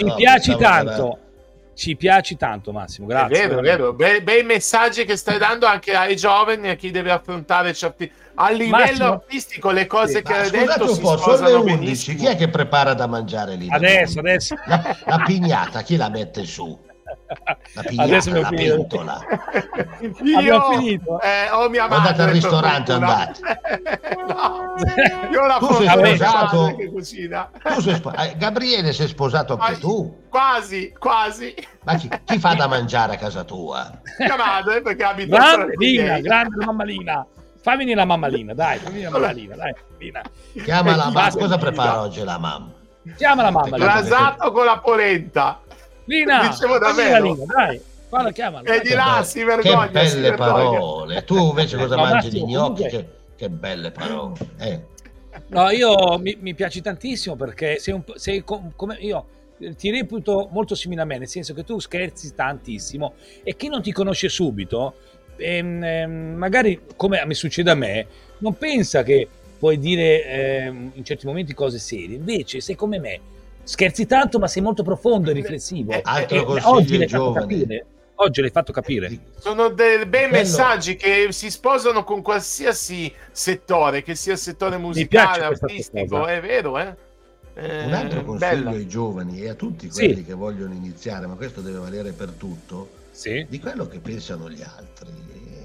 Ci piaci tanto Massimo, grazie. È vero. Bei messaggi che stai dando anche ai giovani, a chi deve affrontare certi... A livello artistico le cose che hai detto si sposano benissimo. Chi è che prepara da mangiare lì? Adesso. La pignata, chi la mette su? La pignata, la pentola. Io finito. Ho mia madre. Andate al ristorante, andate. No, io la tu sei sposato. Che cucina. Gabriele, sei sposato anche tu? Quasi. Ma chi fa da mangiare a casa tua? Mia madre, perché abita grande mammalina. Fai venire la mammalina, dai. Chiama la mamma. Cosa prepara oggi la mamma? Chiama la mamma. Rasato con la polenta. Lina, dicevo davvero. Dai, guarda, chiamala. E di là si vergogna. Che belle parole. Tu invece cosa mangi di gnocchi? Che belle parole. No, io mi piaci tantissimo perché sei come io ti reputo molto simile a me, nel senso che tu scherzi tantissimo e chi non ti conosce subito magari, come mi succede a me, non pensa che puoi dire in certi momenti cose serie. Invece sei come me, scherzi tanto ma sei molto profondo e riflessivo. Altro consiglio oggi l'hai fatto capire. Sono dei bei messaggi che si sposano con qualsiasi settore, che sia il settore musicale, artistico. È vero, un altro consiglio ai giovani e a tutti quelli che vogliono iniziare, ma questo deve valere per tutto, di quello che pensano gli altri.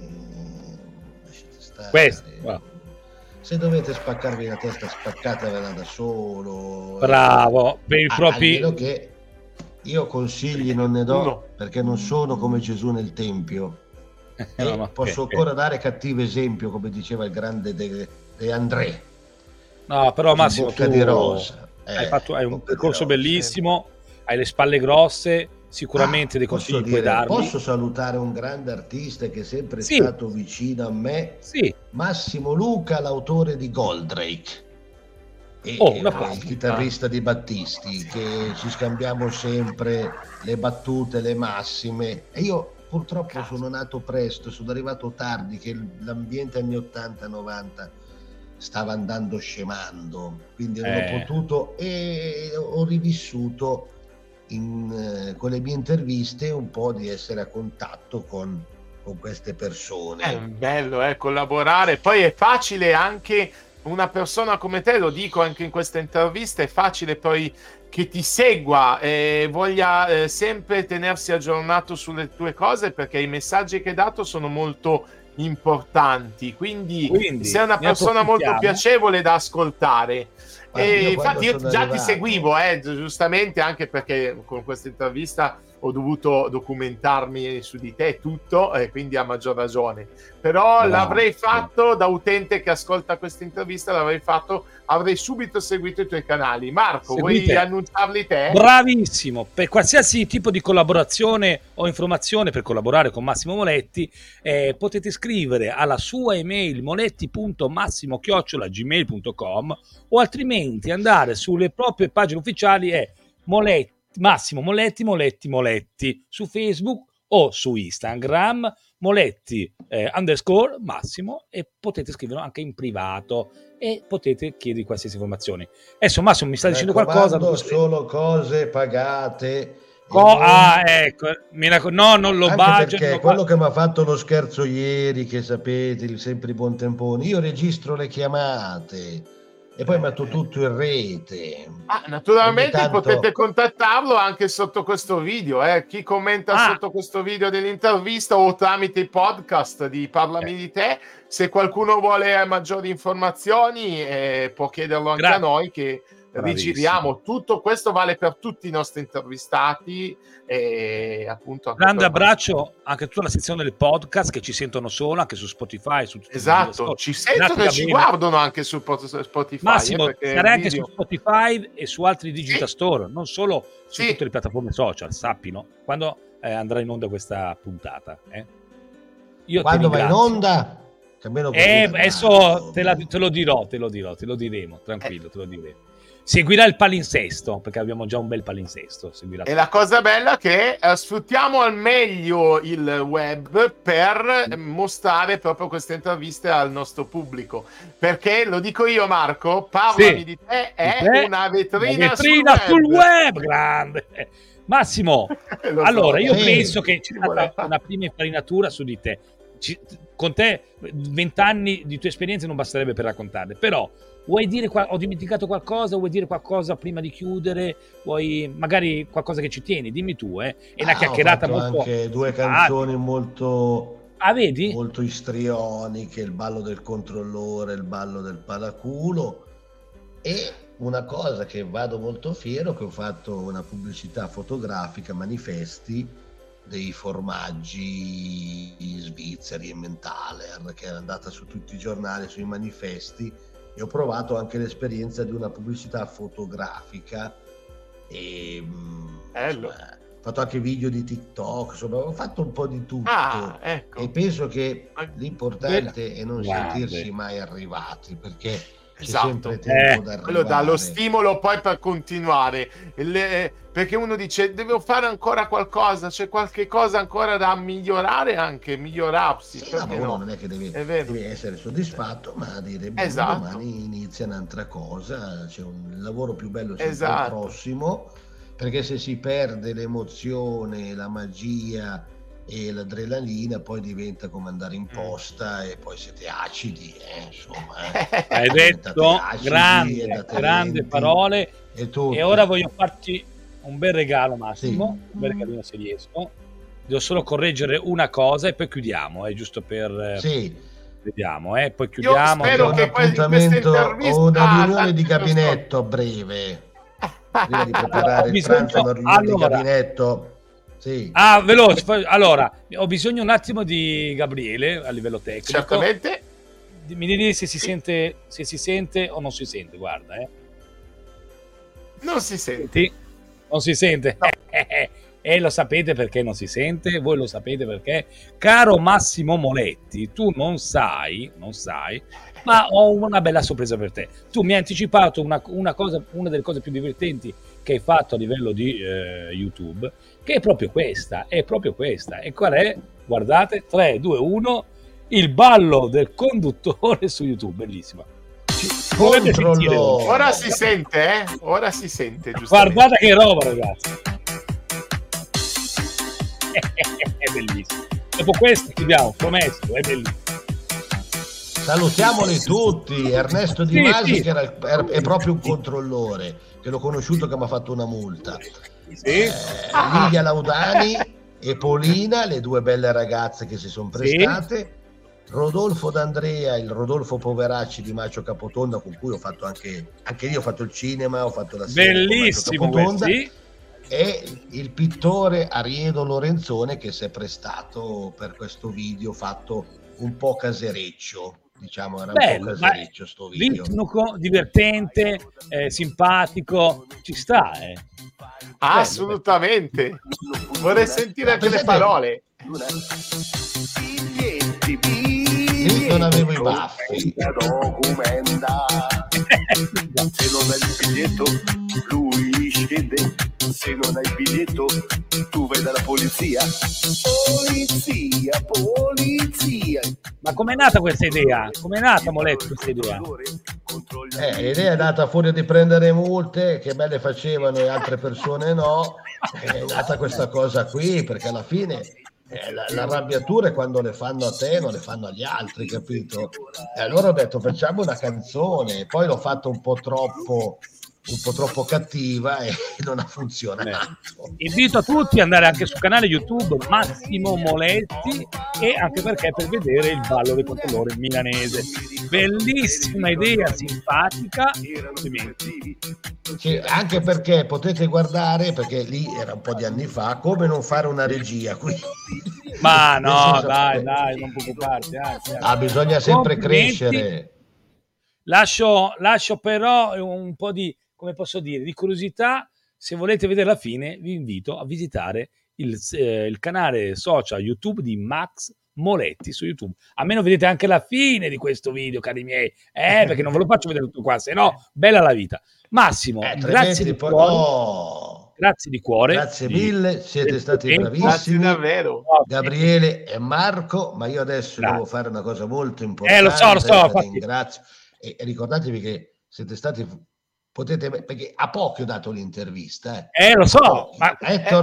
Se dovete spaccarvi la testa, spaccatevela da solo. Bravo, per i propri. Che io consigli non ne do, perché non sono come Gesù nel Tempio. Posso ancora dare cattivo esempio, come diceva il grande De André. No, però Massimo, tu di rosa. Hai un percorso bellissimo, hai le spalle grosse, sicuramente dei consigli puoi darmi. Posso salutare un grande artista che è sempre stato vicino a me, Massimo Luca, l'autore di Goldrake, il chitarrista di Battisti, che ci scambiamo sempre le battute, le massime, e io purtroppo sono nato presto, sono arrivato tardi, che l'ambiente anni 80-90 stava andando scemando, quindi non ho potuto, e ho rivissuto con le mie interviste un po' di essere a contatto con queste persone. È bello collaborare, poi è facile anche una persona come te, lo dico anche in questa intervista, è facile poi che ti segua e voglia sempre tenersi aggiornato sulle tue cose, perché i messaggi che hai dato sono molto importanti, quindi sei una persona molto piacevole da ascoltare. E infatti io già ti seguivo giustamente, anche perché con questa intervista ho dovuto documentarmi su di te tutto, e quindi a maggior ragione. Però l'avrei fatto da utente che ascolta questa intervista, avrei subito seguito i tuoi canali. Marco, vuoi annunciarli te? Bravissimo. Per qualsiasi tipo di collaborazione o informazione per collaborare con Massimo Moletti, potete scrivere alla sua email moletti.massimo@gmail.com, o altrimenti andare sulle proprie pagine ufficiali Massimo Moletti su Facebook o su Instagram, Moletti _Massimo, e potete scriverlo anche in privato e potete chiedere qualsiasi informazione. Adesso Massimo mi sta dicendo qualcosa. Solo cose pagate. Ecco, no, non lo bacio. Perché quello che mi ha fatto lo scherzo ieri, che sapete, sempre i buontemponi, io registro le chiamate e poi metto tutto in rete. Naturalmente potete contattarlo anche sotto questo video, chi commenta sotto questo video dell'intervista o tramite i podcast di Parlami di te. Se qualcuno vuole maggiori informazioni può chiederlo anche a noi, che rigiriamo. Tutto questo vale per tutti i nostri intervistati, e appunto grande abbraccio anche a tutta la sezione del podcast, che ci sentono solo anche su Spotify, su tutti ci sentono e ci guardano anche su Spotify. Massimo, sarà anche su Spotify e su altri digital store, non solo su tutte le piattaforme social, sappino, quando andrà in onda questa puntata. Io quando va in onda? Adesso te lo diremo, tranquillo, te lo diremo. Seguirà il palinsesto, perché abbiamo già un bel palinsesto. E la cosa bella è che sfruttiamo al meglio il web per mostrare proprio queste interviste al nostro pubblico. Perché, lo dico io Marco, Parlami di te è una vetrina sul web. Grande! Massimo, allora io penso che c'è stata una prima infarinatura su di te. Con te 20 anni di tue esperienze non basterebbe per raccontarle, però vuoi dire ho dimenticato qualcosa, vuoi dire qualcosa prima di chiudere, vuoi magari qualcosa che ci tieni, dimmi tu, è una chiacchierata molto anche due canzoni molto vedi? Molto istrioniche, il ballo del controllore, il ballo del palaculo, e una cosa che vado molto fiero, che ho fatto una pubblicità fotografica, manifesti dei formaggi svizzeri e Menthaler, che è andata su tutti i giornali, sui manifesti, e ho provato anche l'esperienza di una pubblicità fotografica e ho fatto anche video di TikTok, insomma ho fatto un po' di tutto, ecco. E penso che l'importante è non sentirsi mai arrivati, perché c'è sempre tempo da arrivare. Quello dà lo stimolo poi per continuare, perché uno dice devo fare ancora qualcosa, c'è qualche cosa ancora da migliorare, anche migliorarsi, ma uno non è che deve essere soddisfatto, ma dire domani inizia un'altra cosa, c'è un lavoro più bello sempre al prossimo, perché se si perde l'emozione, la magia e l'adrenalina, poi diventa come andare in posta e poi siete acidi, insomma. Hai detto grandi parole, e ora voglio farti un bel regalo, Massimo, un bel regalino se riesco. Devo solo correggere una cosa e poi chiudiamo, giusto per... Vediamo, poi chiudiamo. Io spero che appuntamento o una riunione di gabinetto a breve, prima di preparare il pranzo, una riunione di gabinetto. Veloce. Allora, ho bisogno un attimo di Gabriele a livello tecnico. Certamente. Mi devi dire se si sente o non si sente, guarda. Non si sente. Non si sente. No. Lo sapete perché non si sente? Voi lo sapete perché? Caro Massimo Moletti, tu non sai, ma ho una bella sorpresa per te. Tu mi hai anticipato una delle cose più divertenti che hai fatto a livello di YouTube, che è proprio questa. E qual è? Guardate, 3, 2, 1, il ballo del conduttore su YouTube, bellissima. Ora si sente, giustamente. Guardate che roba, ragazzi. È bellissimo. Dopo questo chiudiamo, promesso, è bellissimo. Salutiamoli tutti. Ernesto Di Masi, che è proprio un controllore, che l'ho conosciuto, che mi ha fatto una multa. Lidia Laudani e Polina, le due belle ragazze che si sono prestate. Rodolfo D'Andrea, il Rodolfo Poveracci di Macio Capotonda, con cui ho fatto anche io ho fatto il cinema, ho fatto la serie bellissimo, Capotonda, e il pittore Arielo Lorenzone, che si è prestato per questo video fatto un po' casereccio. Diciamo, era un po' casereccio sto video. Ritmico, divertente, simpatico, ci sta, Assolutamente. Vorrei sentire anche le parole. Io non avevo i baffi. Se non hai il biglietto, lui scende. Se non hai il biglietto, tu vai dalla polizia. Polizia. Ma com'è nata questa idea? Com'è nata, Moletti, questa idea? L'idea è nata fuori di prendere multe, che me le facevano e altre persone no. È nata questa cosa qui, perché alla fine l'arrabbiatura è quando le fanno a te, non le fanno agli altri, capito? E allora ho detto facciamo una canzone, poi l'ho fatto un po' troppo cattiva e non ha funzionato. Invito a tutti ad andare anche sul canale YouTube Massimo Moletti, e anche perché per vedere il ballo del controllore milanese. Bellissima idea, simpatica. Sì, anche perché potete guardare, perché lì era un po' di anni fa, come non fare una regia qui. Ma no, dai, non preoccuparti. Bisogna sempre crescere. Lascio però un po' di, come posso dire, di curiosità. Se volete vedere la fine, vi invito a visitare il canale social YouTube di Max Moletti su YouTube. Almeno vedete anche la fine di questo video, cari miei, perché non ve lo faccio vedere tutto qua, se no bella la vita. Massimo, grazie di cuore. Grazie di cuore. Grazie mille, siete stati bravissimi. Grazie davvero. Gabriele e Marco, ma io adesso devo fare una cosa molto importante. Lo so. Ringrazio. E ricordatevi che siete stati, potete, perché a pochi ho dato l'intervista. Lo so, ma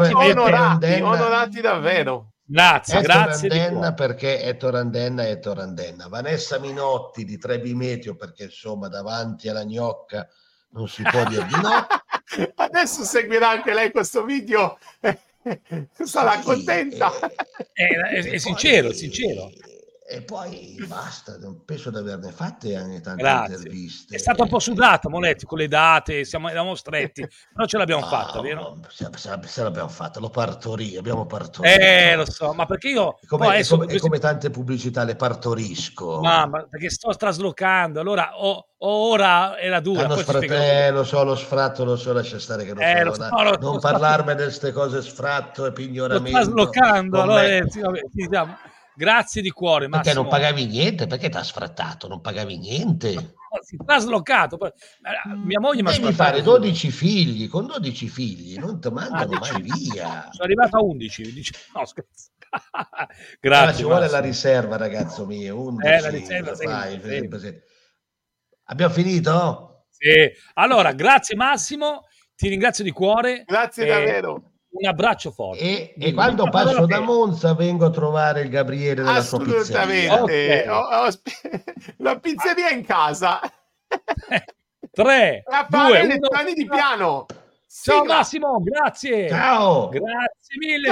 onorati davvero. Grazie. Andenna, perché Ettore Andenna. Vanessa Minotti di Trebi Meteo, perché insomma davanti alla gnocca non si può dire di no. Adesso seguirà anche lei questo video. Sarà contenta. È sincero. E poi basta, non penso di averne fatte anche tante interviste. È stato un po' sudato, Moletti, con le date, eravamo stretti, però ce l'abbiamo fatta, vero? Se l'abbiamo fatta, abbiamo partorito. Lo so, ma perché io... come tante pubblicità le partorisco. Ma perché sto traslocando, allora ora è la dura. Lo so, lo sfratto, lascia stare che non parlarmi di queste cose, sfratto e pignoramento. Sto traslocando, allora diciamo... Grazie di cuore, Massimo. Perché non pagavi niente? Perché ti ha sfrattato? Non pagavi niente? Si è traslocato. Mia moglie mi ha sfrattato. Devi fare 12 figli. Con 12 figli non ti mandano mai via. Sono arrivato a 11. No, scherzo. Grazie. Ma ci vuole la riserva, ragazzo mio. 11. La riserva sempre. Abbiamo finito? Sì. Allora, grazie Massimo. Ti ringrazio di cuore. Grazie davvero. Un abbraccio forte. E quando passo da Monza vengo a trovare il Gabriele della sua pizzeria. Okay. La pizzeria in casa. 3, 2, 1. Lezioni di piano. Ciao Sigla. Massimo, grazie. Ciao. Grazie mille.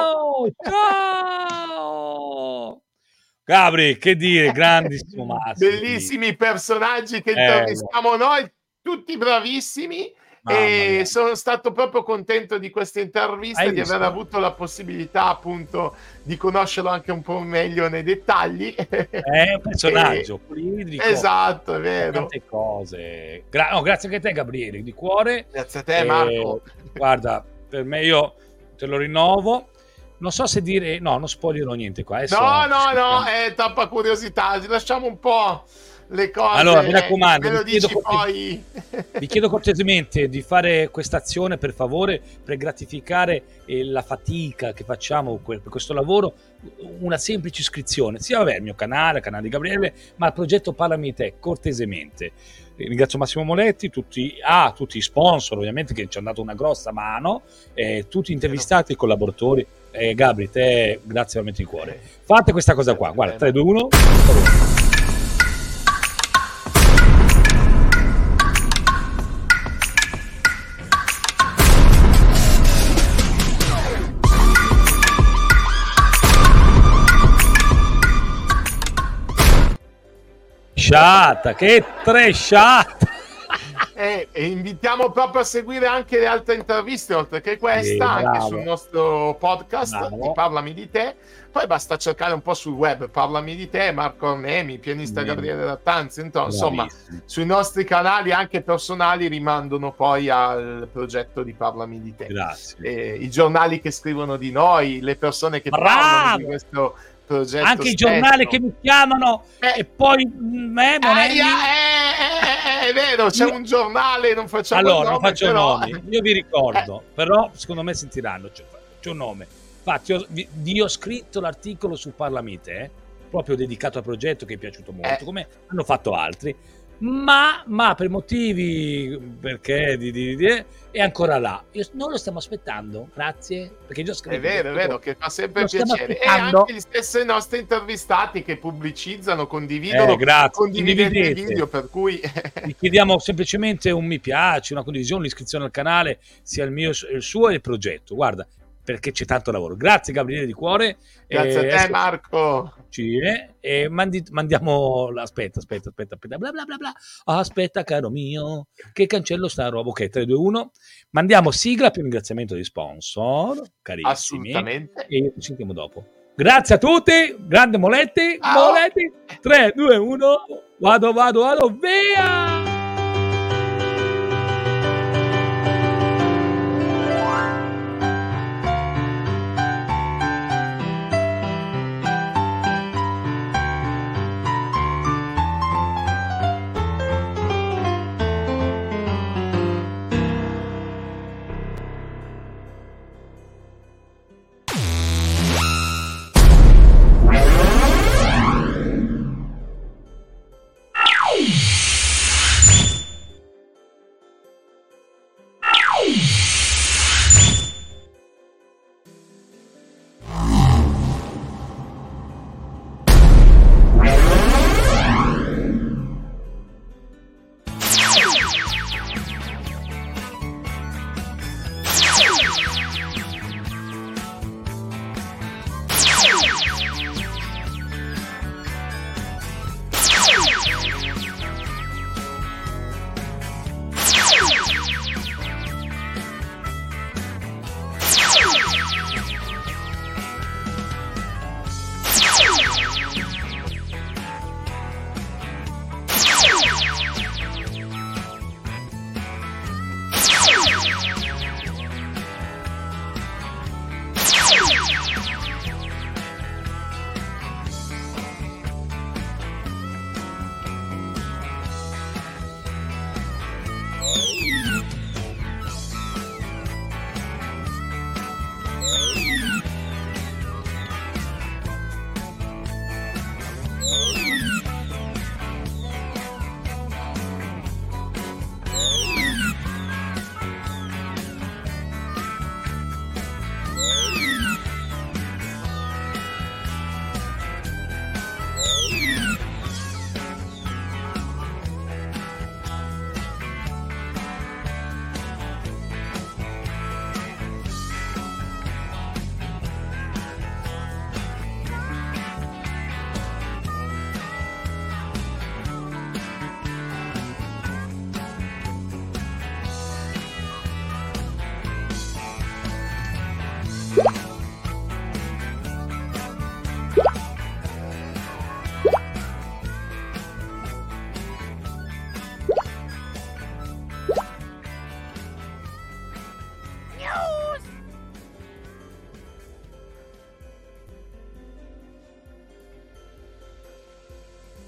Ciao. Gabri, che dire, grandissimo Massimo. Bellissimi personaggi che intervistiamo noi, tutti bravissimi. E sono stato proprio contento di questa intervista, di aver avuto la possibilità appunto di conoscerlo anche un po' meglio nei dettagli. È un personaggio poliedrico. Esatto, è vero. Tante cose. Grazie anche a te, Gabriele, di cuore. Grazie a te, Marco. Guarda, per me, io te lo rinnovo. Non so se dire... No, non spoilerò niente qua. No, è troppa curiosità. Lasciamo un po' le cose. Allora, mi raccomando, vi chiedo cortesemente di fare questa azione, per favore, per gratificare la fatica che facciamo per questo lavoro. Una semplice iscrizione, sia al mio canale, al canale di Gabriele, ma al progetto Parlami di Te, cortesemente. Ringrazio Massimo Moletti, tutti gli sponsor ovviamente che ci hanno dato una grossa mano, tutti intervistati e collaboratori. Gabri, te grazie veramente di cuore. Fate questa cosa qua, guarda, 3, 2, 1. Che tresciata! E invitiamo proprio a seguire anche le altre interviste, oltre che questa, anche sul nostro podcast di Parlami di te. Poi basta cercare un po' sul web, Parlami di te, Marco Arnemi, pianista Gabriele Rattanzi, insomma, sui nostri canali anche personali rimandano poi al progetto di Parlami di te. Grazie. I giornali che scrivono di noi, le persone che parlano di questo progetto anche i giornali che mi chiamano e poi è vero, c'è un giornale, non facciamo allora non faccio nomi, io vi ricordo, però secondo me sentiranno, c'è un nome, infatti vi ho scritto l'articolo su Parlamente, proprio dedicato al progetto, che è piaciuto molto, come hanno fatto altri, ma per motivi, perché è ancora là, non lo stiamo aspettando, grazie, perché già scritto, è vero che fa sempre piacere, e anche gli stessi nostri intervistati che pubblicizzano, condividono, condividete i video, per cui vi chiediamo semplicemente un mi piace, una condivisione, un'iscrizione al canale, sia il mio, il suo e il progetto, guarda, perché c'è tanto lavoro. Grazie Gabriele di cuore. Grazie a te Marco. E mandiamo aspetta bla bla bla bla. Aspetta caro mio, che cancello sta roba. Ok, 3, 2, 1. Mandiamo sigla per ringraziamento di sponsor, carissimi. Assolutamente. E ci sentiamo dopo. Grazie a tutti, grande Moletti. 3, 2, 1. Vado. Via.